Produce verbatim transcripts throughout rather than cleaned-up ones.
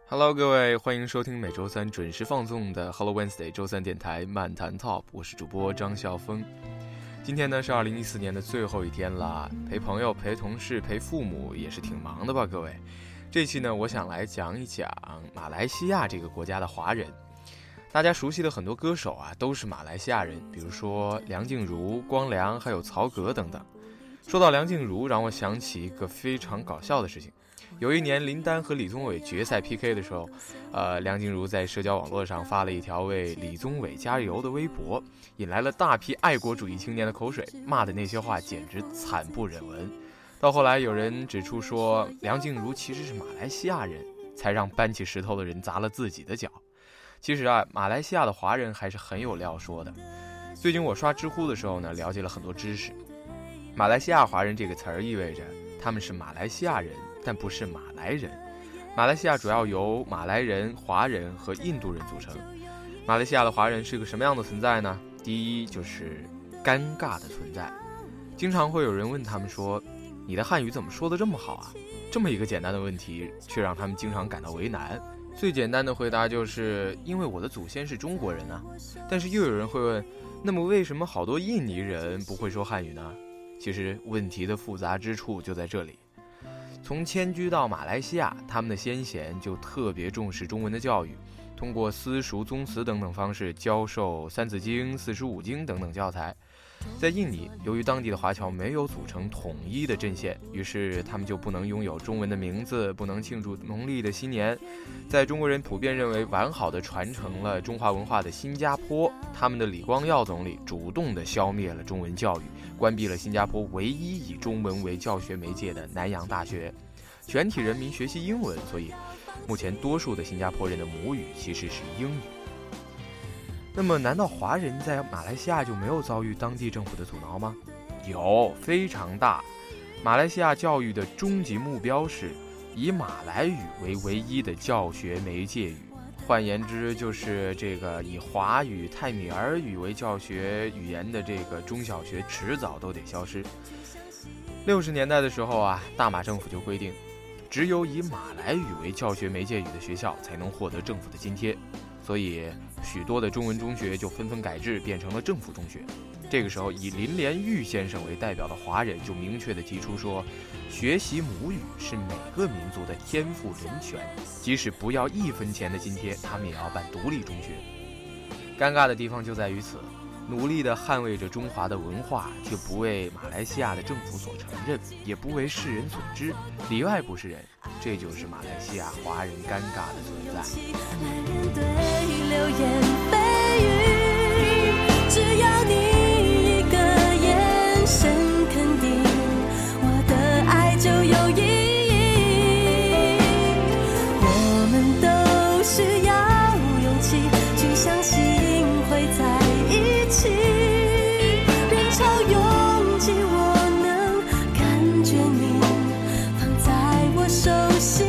Hello， 各位，欢迎收听每周三准时放送的 Hello Wednesday 周三电台漫谈 Top， 我是主播张笑峰。今天呢是二零一四年的最后一天了，陪朋友、陪同事、陪父母也是挺忙的吧，各位。这期呢，我想来讲一讲马来西亚这个国家的华人。大家熟悉的很多歌手啊，都是马来西亚人，比如说梁静茹、光良，还有曹格等等。说到梁静茹，让我想起一个非常搞笑的事情。有一年林丹和李宗伟决赛 P K 的时候，呃，梁静茹在社交网络上发了一条为李宗伟加油的微博，引来了大批爱国主义青年的口水，骂的那些话简直惨不忍闻。到后来有人指出说，梁静茹其实是马来西亚人，才让搬起石头的人砸了自己的脚。其实啊，马来西亚的华人还是很有料说的。最近我刷知乎的时候呢，了解了很多知识。马来西亚华人这个词儿意味着他们是马来西亚人，但不是马来人。马来西亚主要由马来人、华人和印度人组成。马来西亚的华人是个什么样的存在呢？第一就是尴尬的存在。经常会有人问他们说，你的汉语怎么说得这么好啊？这么一个简单的问题，却让他们经常感到为难。最简单的回答就是因为我的祖先是中国人啊。但是又有人会问，那么为什么好多印尼人不会说汉语呢？其实问题的复杂之处就在这里。从迁居到马来西亚，他们的先贤就特别重视中文的教育，通过私塾、宗祠等等方式教授三字经、四书五经等等教材。在印尼，由于当地的华侨没有组成统一的阵线，于是他们就不能拥有中文的名字，不能庆祝农历的新年。在中国人普遍认为完好的传承了中华文化的新加坡，他们的李光耀总理主动地消灭了中文教育，关闭了新加坡唯一以中文为教学媒介的南洋大学，全体人民学习英文，所以目前多数的新加坡人的母语其实是英语。那么难道华人在马来西亚就没有遭遇当地政府的阻挠吗？有，非常大。马来西亚教育的终极目标是以马来语为唯一的教学媒介语，换言之就是这个以华语、泰米尔语为教学语言的这个中小学迟早都得消失。六十年代的时候啊，大马政府就规定，只有以马来语为教学媒介语的学校才能获得政府的津贴，所以许多的中文中学就纷纷改制，变成了政府中学。这个时候，以林连玉先生为代表的华人就明确地提出说，学习母语是每个民族的天赋人权，即使不要一分钱的津贴，他们也要办独立中学。尴尬的地方就在于此，努力地捍卫着中华的文化，却不为马来西亚的政府所承认，也不为世人所知，里外不是人，这就是马来西亚华人尴尬的存在。流言蜚语，只要你一个眼神肯定，我的爱就有意义。我们都需要勇气去相信会在一起，人潮拥挤，我能感觉你放在我手心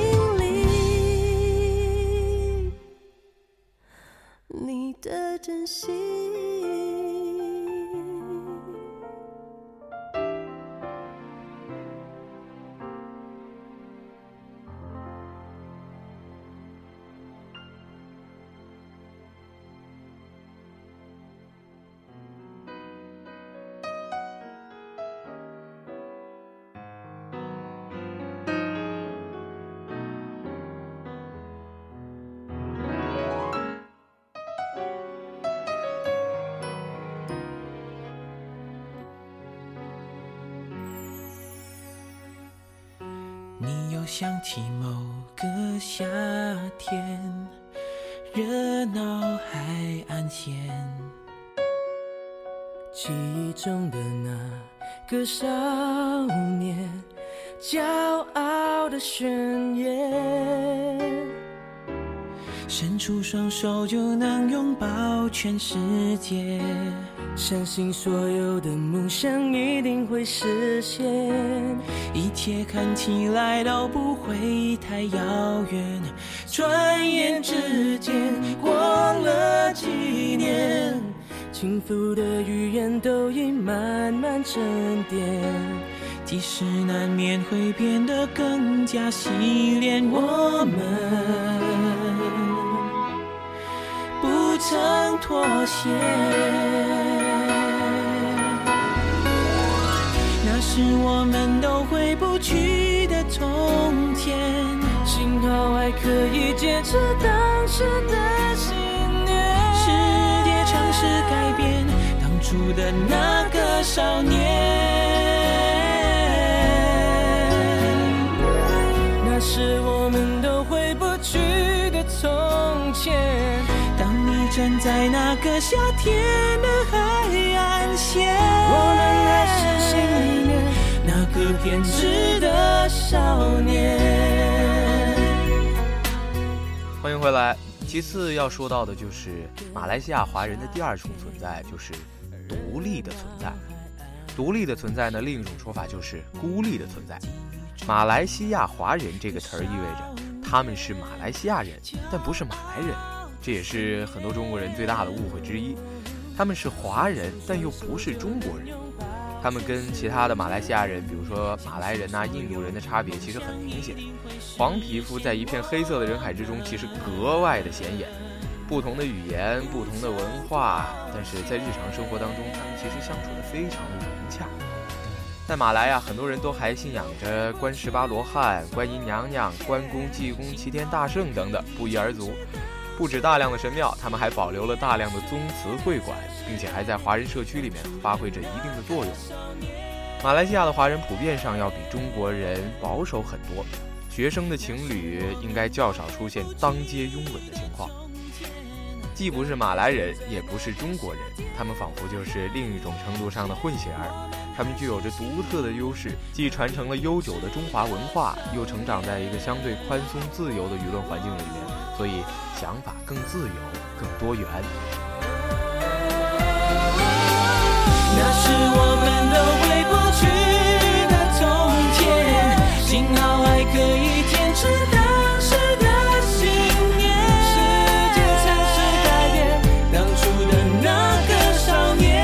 里，你的真心。 你又想起某个夏天，热闹海岸线，记忆中的那个少年，骄傲的宣言，伸出双手就能拥抱全世界，相信所有的梦想一定会实现，一切看起来都不会太遥远，转眼之间过了几年，轻浮的语言都已慢慢沉淀， 即使难免会变得更加洗练，我们不曾妥协。那是我们都回不去的从前，幸好还可以坚持当时的信念。世界尝试改变当初的那个少年，那是我们都回不去的从前。当你站在那个夏天的海岸线，我们还是心里面那个偏执的少年。 欢迎回来。其次要说到的就是马来西亚华人的第二重存在，就是独立的存在。独立的存在呢，另一种说法就是孤立的存在。马来西亚华人这个词儿意味着他们是马来西亚人，但不是马来人，这也是很多中国人最大的误会之一。他们是华人，但又不是中国人。他们跟其他的马来西亚人，比如说马来人啊、印度人的差别其实很明显。黄皮肤在一片黑色的人海之中，其实格外的显眼。不同的语言，不同的文化，但是在日常生活当中，他们其实相处得非常的融洽。在马来啊，很多人都还信仰着观世巴罗汉、观音娘娘、关公、济公、齐天大圣等等，不一而足。不止大量的神庙，他们还保留了大量的宗祠会馆，并且还在华人社区里面发挥着一定的作用。马来西亚的华人普遍上要比中国人保守很多，学生的情侣应该较少出现当街拥吻的情况。既不是马来人，也不是中国人，他们仿佛就是另一种程度上的混血儿。他们具有着独特的优势，既传承了悠久的中华文化，又成长在一个相对宽松自由的舆论环境里面，所以想法更自由，更多元。 那是我们都回不去的从前，幸好还可以坚持当时的信念。世界尝试改变当初的那个少年。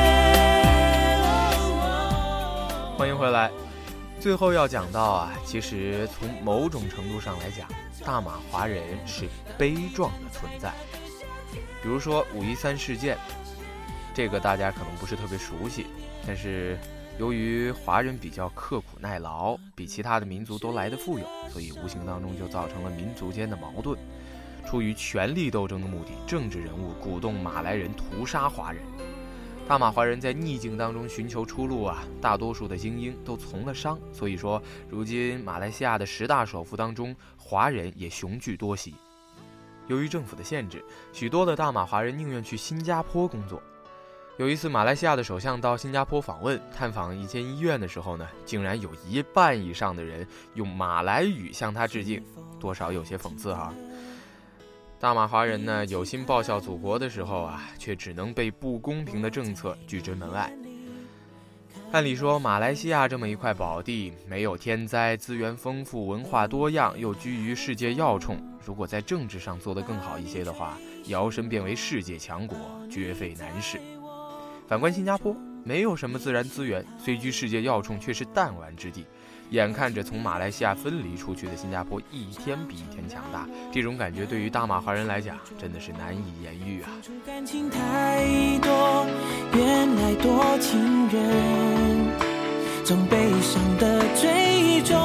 欢迎回来。最后要讲到啊，其实从某种程度上来讲，大马华人是悲壮的存在。比如说五一三事件，这个大家可能不是特别熟悉，但是由于华人比较刻苦耐劳，比其他的民族都来得富有，所以无形当中就造成了民族间的矛盾。出于权力斗争的目的，政治人物鼓动马来人屠杀华人。大马华人在逆境当中寻求出路啊，大多数的精英都从了商，所以说如今马来西亚的十大首富当中，华人也雄踞多席。由于政府的限制，许多的大马华人宁愿去新加坡工作。有一次马来西亚的首相到新加坡访问，探访一间医院的时候呢，竟然有一半以上的人用马来语向他致敬，多少有些讽刺哈。大马华人呢，有心报效祖国的时候啊，却只能被不公平的政策拒之门外。按理说，马来西亚这么一块宝地，没有天灾，资源丰富，文化多样，又居于世界要冲，如果在政治上做得更好一些的话，摇身变为世界强国，绝非难事。反观新加坡，没有什么自然资源，虽居世界要冲，却是弹丸之地。眼看着从马来西亚分离出去的新加坡一天比一天强大，这种感觉对于大马华人来讲真的是难以言喻啊。 感情太多，原来多情人总悲伤的最终，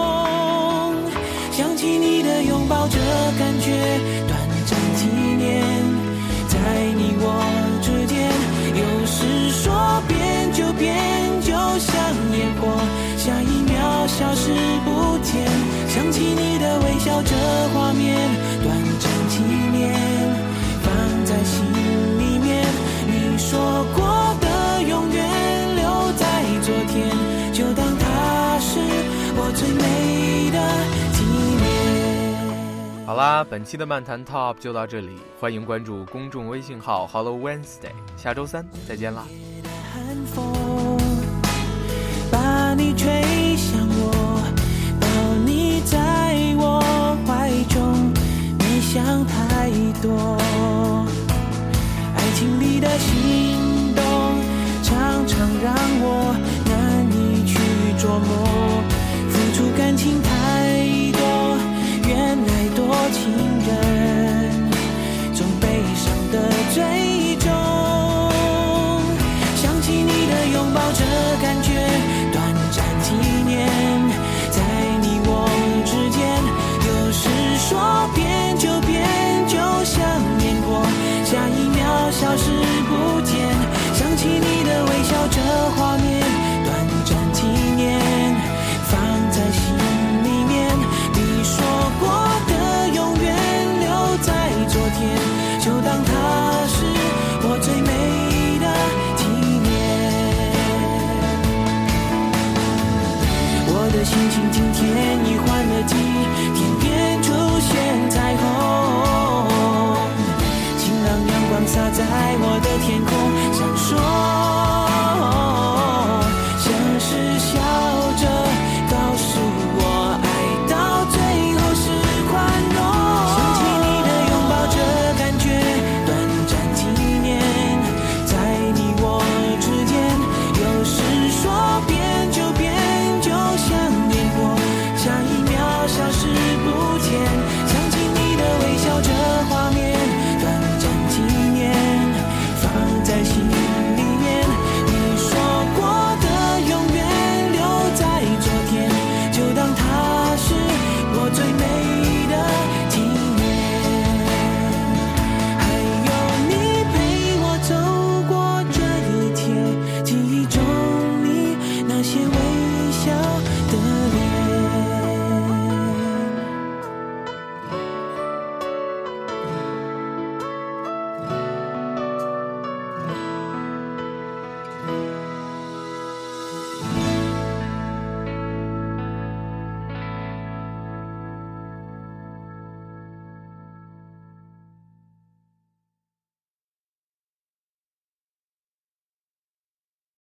想起你的拥抱，这感觉短暂几年，在你我之间，有时说变就变，就像烟火，下一秒消失不见。想起你的微笑，这画面短暂纪念，放在心里面。你说过的永远留在昨天，就当它是我最美的纪念。 好啦，本期的漫谈 Top 就到这里，欢迎关注公众微信号 Hello Wednesday， 下周三再见啦。 寒风把你吹向我，抱你在我怀中，没想太多。爱情里的心动常常让我难以去捉琢磨，付出感情太多，原来多情人总悲伤的最终。想起你的拥抱，这感觉短暂几年，在你我之间，有时说变就变，就像念过，下一秒消失不见。想起你的微笑，这画面短暂几年，放在心里面，你说过的永远留在昨天，就当它是我最美的纪念。我的心情今天已换了